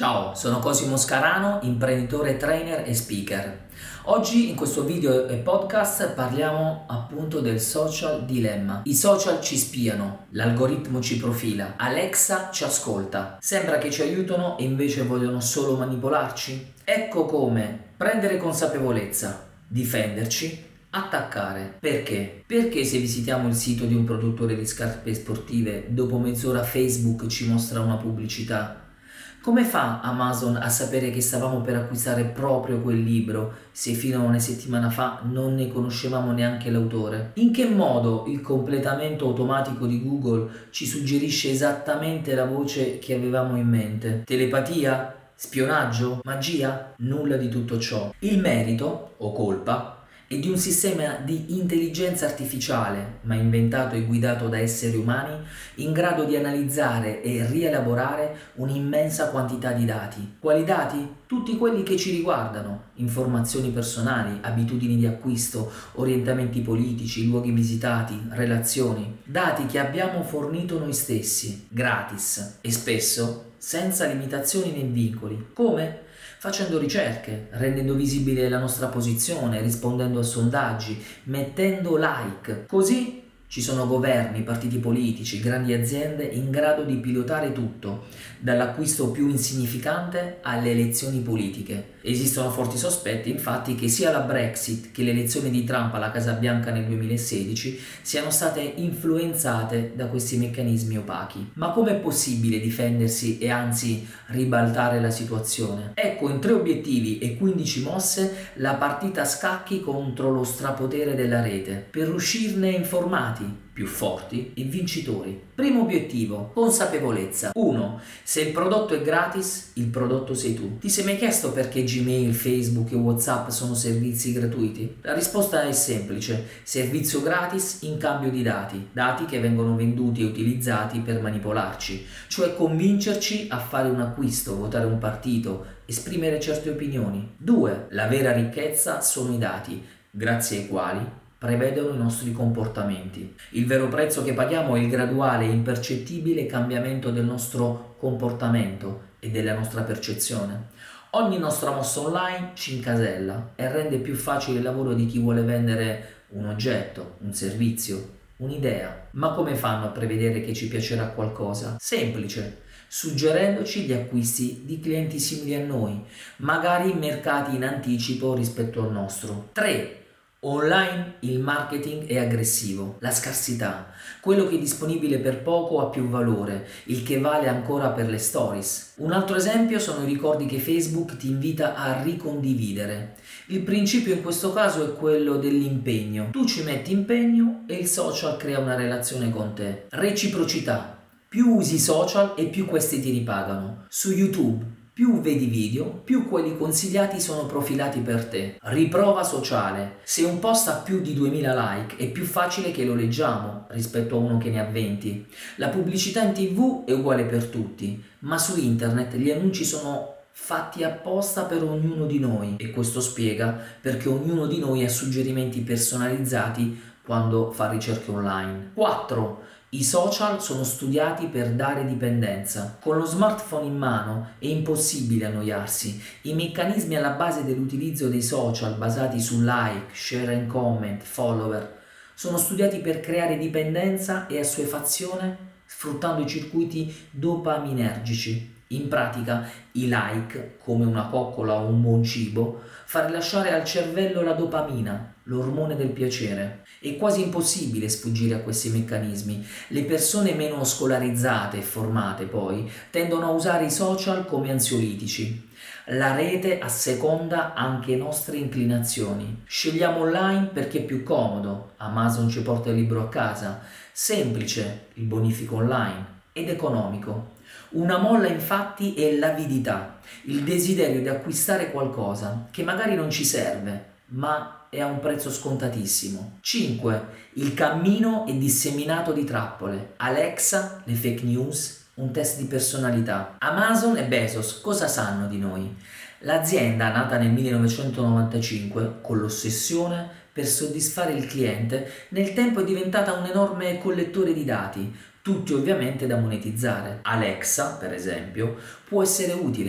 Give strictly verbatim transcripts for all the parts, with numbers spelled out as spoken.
Ciao, sono Cosimo Scarano, imprenditore, trainer e speaker. Oggi in questo video e podcast parliamo appunto del social dilemma. I social ci spiano, l'algoritmo ci profila, Alexa ci ascolta. Sembra che ci aiutano e invece vogliono solo manipolarci? Ecco come prendere consapevolezza, difenderci, attaccare. Perché? Perché se visitiamo il sito di un produttore di scarpe sportive, dopo mezz'ora Facebook ci mostra una pubblicità? Come fa Amazon a sapere che stavamo per acquistare proprio quel libro se fino a una settimana fa non ne conoscevamo neanche l'autore? In che modo il completamento automatico di Google ci suggerisce esattamente la voce che avevamo in mente? Telepatia? Spionaggio? Magia? Nulla di tutto ciò. Il merito, o colpa, è di un sistema di intelligenza artificiale, ma inventato e guidato da esseri umani, in grado di analizzare e rielaborare un'immensa quantità di dati. Quali dati? Tutti quelli che ci riguardano: informazioni personali, abitudini di acquisto, orientamenti politici, luoghi visitati, relazioni. Dati che abbiamo fornito noi stessi, gratis e spesso senza limitazioni né vincoli. Come? Facendo ricerche, rendendo visibile la nostra posizione, rispondendo a sondaggi, mettendo like. Così ci sono governi, partiti politici, grandi aziende in grado di pilotare tutto, dall'acquisto più insignificante alle elezioni politiche. Esistono forti sospetti, infatti, che sia la Brexit che le elezioni di Trump alla Casa Bianca nel duemilasedici siano state influenzate da questi meccanismi opachi. Ma com'è possibile difendersi e anzi ribaltare la situazione? Ecco, in tre obiettivi e quindici mosse, la partita a scacchi contro lo strapotere della rete, per uscirne informati, più forti e vincitori. Primo obiettivo: consapevolezza. uno. Se il prodotto è gratis, il prodotto sei tu. Ti sei mai chiesto perché Gmail, Facebook e WhatsApp sono servizi gratuiti? La risposta è semplice: servizio gratis in cambio di dati, dati che vengono venduti e utilizzati per manipolarci, cioè convincerci a fare un acquisto, votare un partito, esprimere certe opinioni. due. La vera ricchezza sono i dati, grazie ai quali prevedono i nostri comportamenti. Il vero prezzo che paghiamo è il graduale e impercettibile cambiamento del nostro comportamento e della nostra percezione. Ogni nostra mossa online ci incasella e rende più facile il lavoro di chi vuole vendere un oggetto, un servizio, un'idea. Ma come fanno a prevedere che ci piacerà qualcosa? Semplice: suggerendoci gli acquisti di clienti simili a noi, magari mercati in anticipo rispetto al nostro. tre. Online il marketing è aggressivo, la scarsità, quello che è disponibile per poco ha più valore, il che vale ancora per le stories. Un altro esempio sono i ricordi che Facebook ti invita a ricondividere. Il principio in questo caso è quello dell'impegno. Tu ci metti impegno e il social crea una relazione con te. Reciprocità. Più usi social e più questi ti ripagano. Su YouTube più vedi video, più quelli consigliati sono profilati per te. Riprova sociale. Se un post ha più di duemila like è più facile che lo leggiamo rispetto a uno che ne ha venti. La pubblicità in tv è uguale per tutti, ma su internet gli annunci sono fatti apposta per ognuno di noi, e questo spiega perché ognuno di noi ha suggerimenti personalizzati quando fa ricerche online. quattro. I social sono studiati per dare dipendenza. Con lo smartphone in mano è impossibile annoiarsi. I meccanismi alla base dell'utilizzo dei social, basati su like, share and comment, follower, sono studiati per creare dipendenza e assuefazione sfruttando i circuiti dopaminergici. In pratica, i like, come una coccola o un buon cibo, fa rilasciare al cervello la dopamina, l'ormone del piacere. È quasi impossibile sfuggire a questi meccanismi. Le persone meno scolarizzate e formate, poi, tendono a usare i social come ansiolitici. La rete asseconda anche le nostre inclinazioni. Scegliamo online perché è più comodo, Amazon ci porta il libro a casa, semplice il bonifico online ed economico. Una molla infatti è l'avidità, il desiderio di acquistare qualcosa che magari non ci serve, ma è a un prezzo scontatissimo. cinque. Il cammino è disseminato di trappole. Alexa, le fake news, un test di personalità. Amazon e Bezos cosa sanno di noi? L'azienda, nata nel millenovecentonovantacinque con l'ossessione per soddisfare il cliente, nel tempo è diventata un enorme collettore di dati, tutti ovviamente da monetizzare. Alexa, per esempio, può essere utile,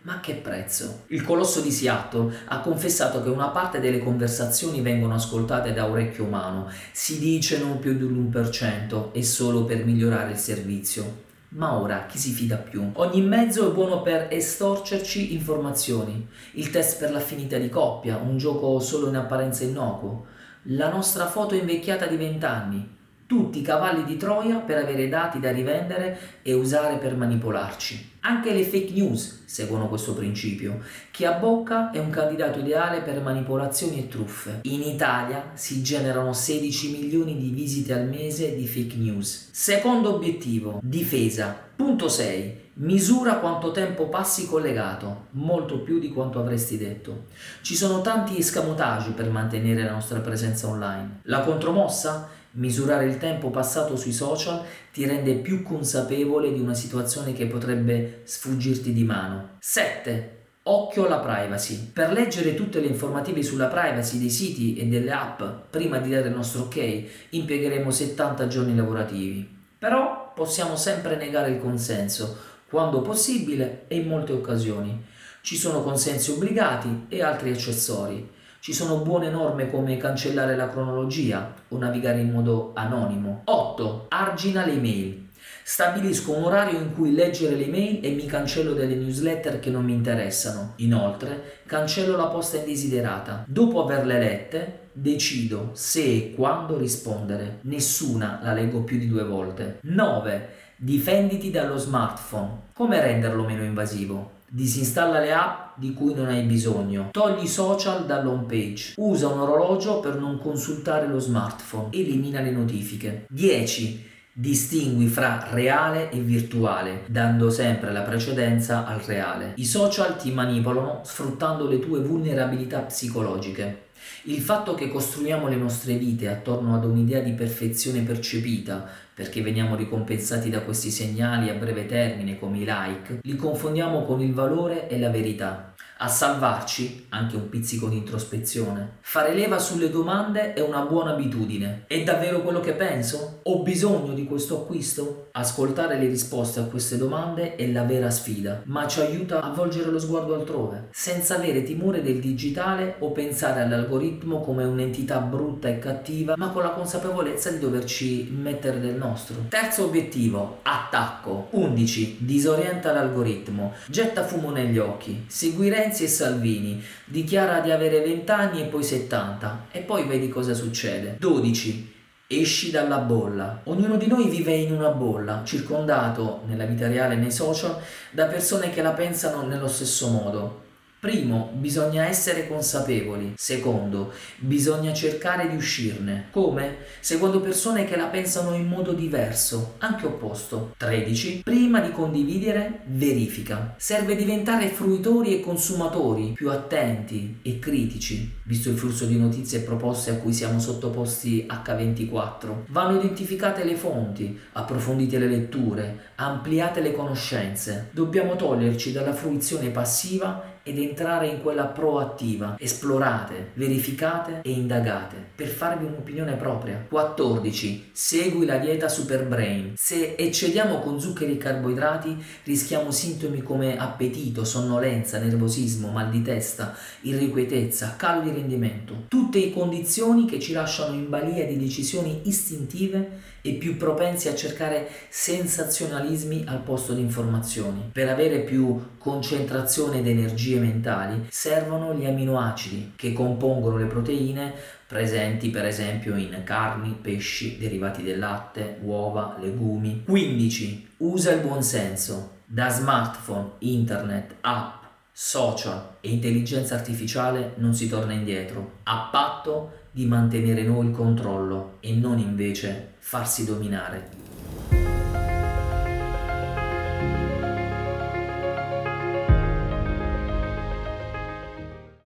Ma a che prezzo? Il colosso di Seattle ha confessato che una parte delle conversazioni vengono ascoltate da orecchio umano, si dice non più dell'uno per cento e solo per migliorare il servizio. Ma ora chi si fida più? Ogni mezzo è buono per estorcerci informazioni. Il test per l'affinità di coppia, un gioco solo in apparenza innocuo. La nostra foto invecchiata di vent'anni. Tutti i cavalli di Troia per avere dati da rivendere e usare per manipolarci. Anche le fake news seguono questo principio. Chi ha bocca è un candidato ideale per manipolazioni e truffe. In Italia si generano sedici milioni di visite al mese di fake news. Secondo obiettivo, difesa. Punto sei. Misura quanto tempo passi collegato, molto più di quanto avresti detto. Ci sono tanti escamotage per mantenere la nostra presenza online. La contromossa? Misurare il tempo passato sui social ti rende più consapevole di una situazione che potrebbe sfuggirti di mano. sette. Occhio alla privacy. Per leggere tutte le informative sulla privacy dei siti e delle app prima di dare il nostro ok, impiegheremo settanta giorni lavorativi. Però possiamo sempre negare il consenso, quando possibile e in molte occasioni. Ci sono consensi obbligati e altri accessori. Ci sono buone norme come cancellare la cronologia o navigare in modo anonimo. otto. Argina le email. Stabilisco un orario in cui leggere le email e mi cancello delle newsletter che non mi interessano. Inoltre, cancello la posta indesiderata. Dopo averle lette, decido se e quando rispondere. Nessuna la leggo più di due volte. nove. Difenditi dallo smartphone. Come renderlo meno invasivo? Disinstalla le app di cui non hai bisogno. Togli i social dall'home page. Usa un orologio per non consultare lo smartphone. Elimina le notifiche. dieci. Distingui fra reale e virtuale, dando sempre la precedenza al reale. I social ti manipolano sfruttando le tue vulnerabilità psicologiche. Il fatto che costruiamo le nostre vite attorno ad un'idea di perfezione percepita, perché veniamo ricompensati da questi segnali a breve termine come i like, li confondiamo con il valore e la verità. A salvarci, anche un pizzico di introspezione. Fare leva sulle domande è una buona abitudine. È davvero quello che penso? Ho bisogno di questo acquisto? Ascoltare le risposte a queste domande è la vera sfida, ma ci aiuta a volgere lo sguardo altrove, senza avere timore del digitale o pensare all'algoritmo come un'entità brutta e cattiva, ma con la consapevolezza di doverci mettere del nostro. Terzo obiettivo, attacco. undici. Disorienta l'algoritmo. Getta fumo negli occhi. Segui Renzi e Salvini. Dichiara di avere venti anni e poi settanta. E poi vedi cosa succede. dodici. Esci dalla bolla. Ognuno di noi vive in una bolla, circondato, nella vita reale e nei social, da persone che la pensano nello stesso modo. Primo, bisogna essere consapevoli. Secondo, bisogna cercare di uscirne. Come? Seguendo persone che la pensano in modo diverso, anche opposto. tredici. Prima di condividere, verifica. Serve diventare fruitori e consumatori più attenti e critici, visto il flusso di notizie e proposte a cui siamo sottoposti acca ventiquattro. Vanno identificate le fonti, approfondite le letture, ampliate le conoscenze. Dobbiamo toglierci dalla fruizione passiva ed entrare in quella proattiva. Esplorate, verificate e indagate per farvi un'opinione propria. quattordici. Segui la dieta Superbrain. Se eccediamo con zuccheri e carboidrati rischiamo sintomi come appetito, sonnolenza, nervosismo, mal di testa, irrequietezza, calo di rendimento. Tutte condizioni che ci lasciano in balia di decisioni istintive e più propensi a cercare sensazionalismi al posto di informazioni. Per avere più concentrazione ed energie mentali servono gli aminoacidi che compongono le proteine presenti per esempio in carni, pesci, derivati del latte, uova, legumi. quindici. Usa il buonsenso. Da smartphone, internet, app, social e intelligenza artificiale non si torna indietro, a patto di mantenere noi il controllo e non invece farsi dominare.